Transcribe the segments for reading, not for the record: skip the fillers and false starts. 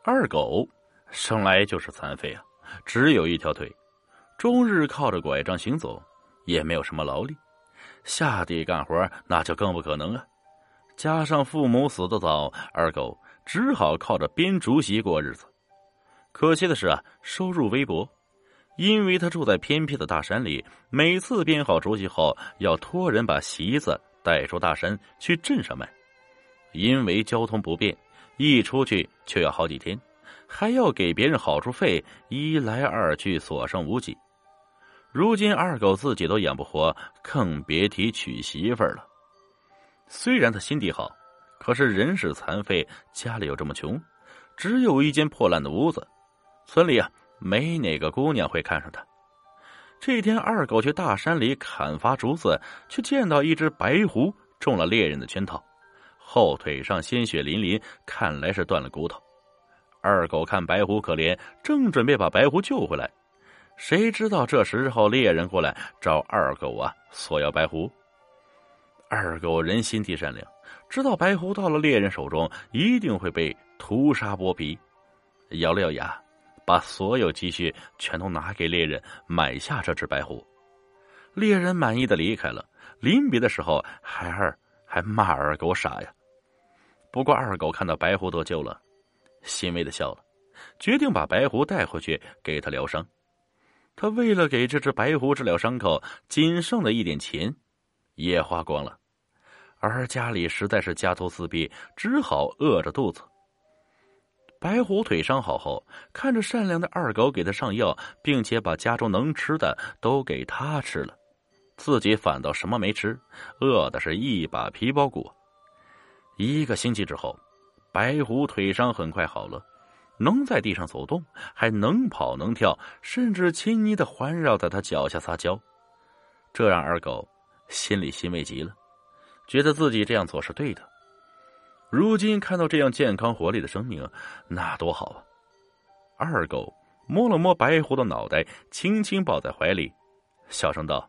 二狗生来就是残废啊，只有一条腿，终日靠着拐杖行走，也没有什么劳力，下地干活那就更不可能啊。加上父母死得早，二狗只好靠着编竹席过日子。可惜的是啊，收入微薄，因为他住在偏僻的大山里，每次编好竹席后，要托人把席子带出大山去镇上卖。因为交通不便，一出去就要好几天，还要给别人好处费，一来二去所剩无几。如今二狗自己都养不活，更别提娶媳妇儿了。虽然他心地好，可是人是残废，家里又这么穷，只有一间破烂的屋子，村里啊没哪个姑娘会看上他。这天二狗去大山里砍伐竹子，却见到一只白狐中了猎人的圈套，后腿上鲜血淋淋，看来是断了骨头。二狗看白狐可怜，正准备把白狐救回来，谁知道这时候猎人过来找二狗啊索要白狐。二狗人心地善良，知道白狐到了猎人手中一定会被屠杀剥皮，咬了咬牙，把所有积蓄全都拿给猎人，买下这只白狐。猎人满意的离开了，临别的时候还骂二狗傻呀。不过二狗看到白狐得救了，欣慰的笑了，决定把白狐带回去给他疗伤。他为了给这只白狐治疗伤口，仅剩的一点钱也花光了，而家里实在是家徒四壁，只好饿着肚子。白狐腿伤好后，看着善良的二狗给他上药，并且把家中能吃的都给他吃了，自己反倒什么没吃，饿的是一把皮包骨。1个星期之后，白狐腿伤很快好了，能在地上走动，还能跑能跳，甚至亲昵的环绕在他脚下撒娇。这让二狗心里欣慰极了，觉得自己这样做是对的。如今看到这样健康活力的生命，那多好啊！二狗摸了摸白狐的脑袋，轻轻抱在怀里，小声道：“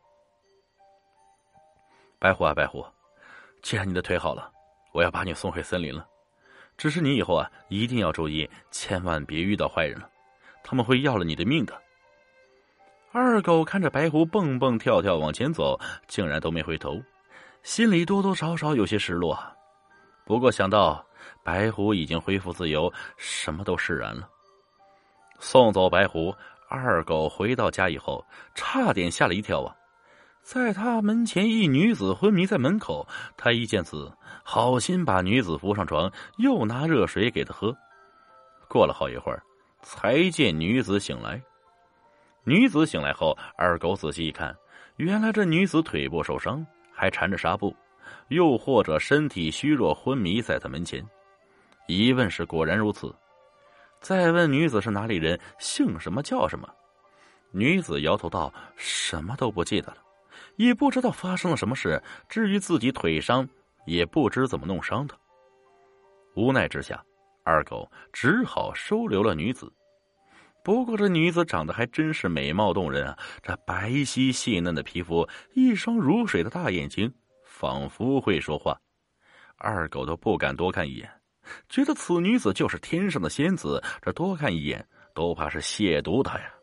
白狐啊，白狐，既然你的腿好了，我要把你送回森林了。只是你以后啊，一定要注意，千万别遇到坏人了，他们会要了你的命的。”二狗看着白狐蹦蹦跳跳往前走，竟然都没回头，心里多多少少有些失落啊。不过想到白狐已经恢复自由，什么都释然了。送走白狐，二狗回到家以后，差点吓了一跳啊！在他门前一女子昏迷在门口，他一见此，好心把女子扶上床，又拿热水给她喝。过了好一会儿，才见女子醒来。女子醒来后，二狗仔细一看，原来这女子腿部受伤，还缠着纱布，又或者身体虚弱昏迷在他门前。一问是果然如此。再问女子是哪里人，姓什么叫什么，女子摇头道：“什么都不记得了，也不知道发生了什么事，至于自己腿伤，也不知怎么弄伤的。”无奈之下，二狗只好收留了女子。不过这女子长得还真是美貌动人啊，这白皙细嫩的皮肤，一双如水的大眼睛，仿佛会说话。二狗都不敢多看一眼，觉得此女子就是天上的仙子，这多看一眼都怕是亵渎她呀。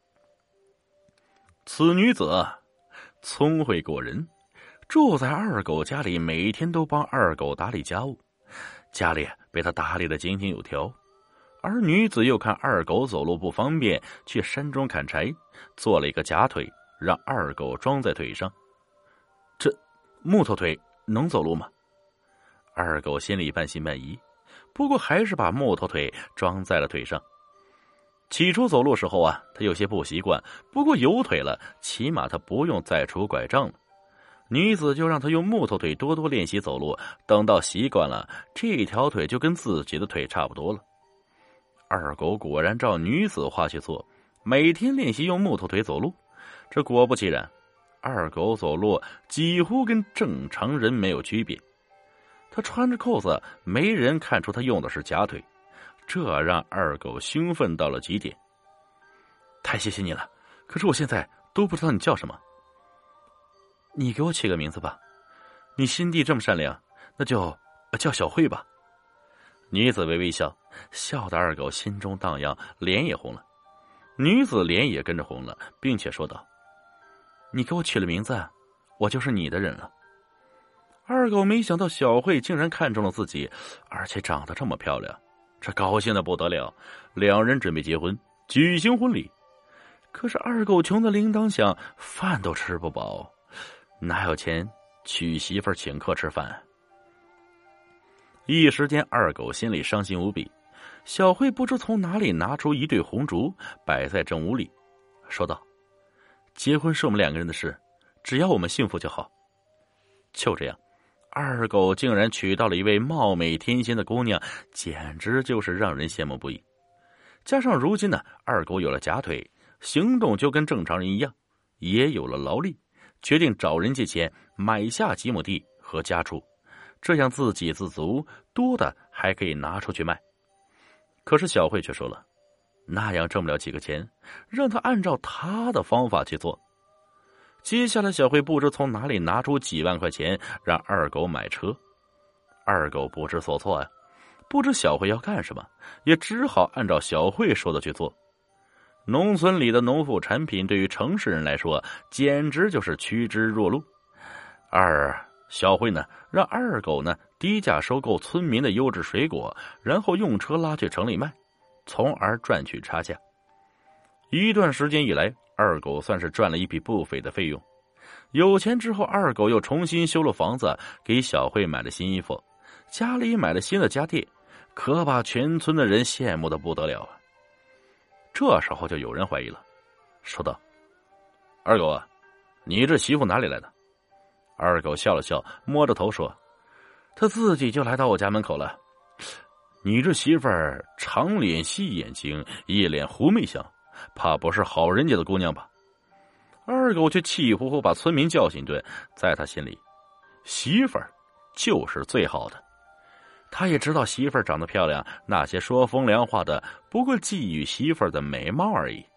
此女子聪慧过人，住在二狗家里，每天都帮二狗打理家务，家里被她打理得井井有条。而女子又看二狗走路不方便，去山中砍柴，做了一个假腿，让二狗装在腿上。这木头腿能走路吗？二狗心里半信半疑，不过还是把木头腿装在了腿上。起初走路时候啊，他有些不习惯，不过有腿了，起码他不用再拄拐杖了。女子就让他用木头腿多多练习走路，等到习惯了，这条腿就跟自己的腿差不多了。二狗果然照女子话去做，每天练习用木头腿走路。这果不其然，二狗走路几乎跟正常人没有区别。他穿着扣子，没人看出他用的是假腿，这让二狗兴奋到了极点。太谢谢你了，可是我现在都不知道你叫什么。你给我起个名字吧，你心地这么善良，那就叫小慧吧。 女子微微笑，笑得二狗心中荡漾，脸也红了。女子脸也跟着红了，并且说道：“你给我取了名字，我就是你的人了。”二狗没想到小慧竟然看中了自己，而且长得这么漂亮，这高兴的不得了。两人准备结婚，举行婚礼。可是二狗穷的铃铛响，饭都吃不饱，哪有钱娶媳妇儿请客吃饭？一时间二狗心里伤心无比。小慧不知从哪里拿出一对红烛，摆在正屋里，说道：“结婚是我们两个人的事，只要我们幸福就好。”就这样，二狗竟然娶到了一位貌美天仙的姑娘，简直就是让人羡慕不已。加上如今呢，二狗有了假腿，行动就跟正常人一样，也有了劳力，决定找人借钱买下几亩地和家畜，这样自给自足，多的还可以拿出去卖。可是小慧却说了，那样挣不了几个钱，让他按照他的方法去做。接下来小慧不知从哪里拿出几万块钱，让二狗买车。二狗不知所措呀，不知小慧要干什么，也只好按照小慧说的去做。农村里的农副产品对于城市人来说简直就是趋之若鹜。小慧呢，让二狗呢低价收购村民的优质水果，然后用车拉去城里卖，从而赚取差价。一段时间以来，二狗算是赚了一笔不菲的费用。有钱之后，二狗又重新修了房子，给小慧买了新衣服，家里买了新的家电，可把全村的人羡慕的不得了啊。这时候就有人怀疑了，说道：“二狗啊，你这媳妇哪里来的？”二狗笑了笑，摸着头说：“他自己就来到我家门口了。你这媳妇儿长脸细眼睛，一脸狐媚相，怕不是好人家的姑娘吧？”二狗却气呼呼把村民教训一顿，在他心里，媳妇儿就是最好的。他也知道媳妇儿长得漂亮，那些说风凉话的不过觊觎媳妇儿的美貌而已。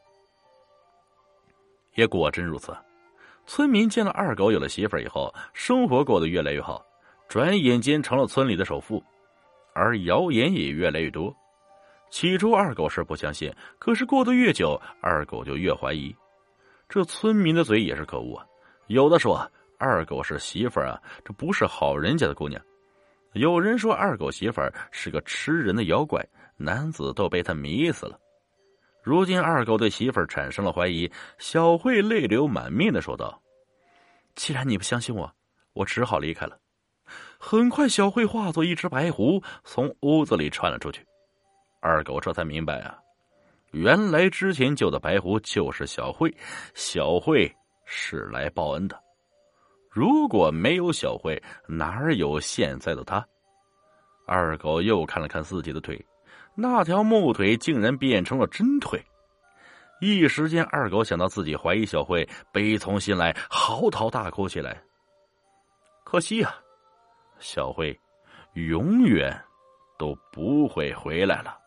也果真如此，村民见了二狗有了媳妇儿以后，生活过得越来越好，转眼间成了村里的首富，而谣言也越来越多。起初二狗是不相信，可是过得越久，二狗就越怀疑。这村民的嘴也是可恶啊，有的说二狗是媳妇儿啊，这不是好人家的姑娘；有人说二狗媳妇儿是个吃人的妖怪，男子都被他迷死了。如今二狗对媳妇儿产生了怀疑，小慧泪流满面的说道：“既然你不相信我，我只好离开了。”很快小慧化作一只白狐，从屋子里窜了出去。二狗这才明白啊，原来之前救的白狐就是小慧，小慧是来报恩的。如果没有小慧，哪有现在的他？二狗又看了看自己的腿，那条木腿竟然变成了真腿。一时间二狗想到自己怀疑小慧，悲从心来，嚎啕大哭起来。可惜啊，小慧永远都不会回来了。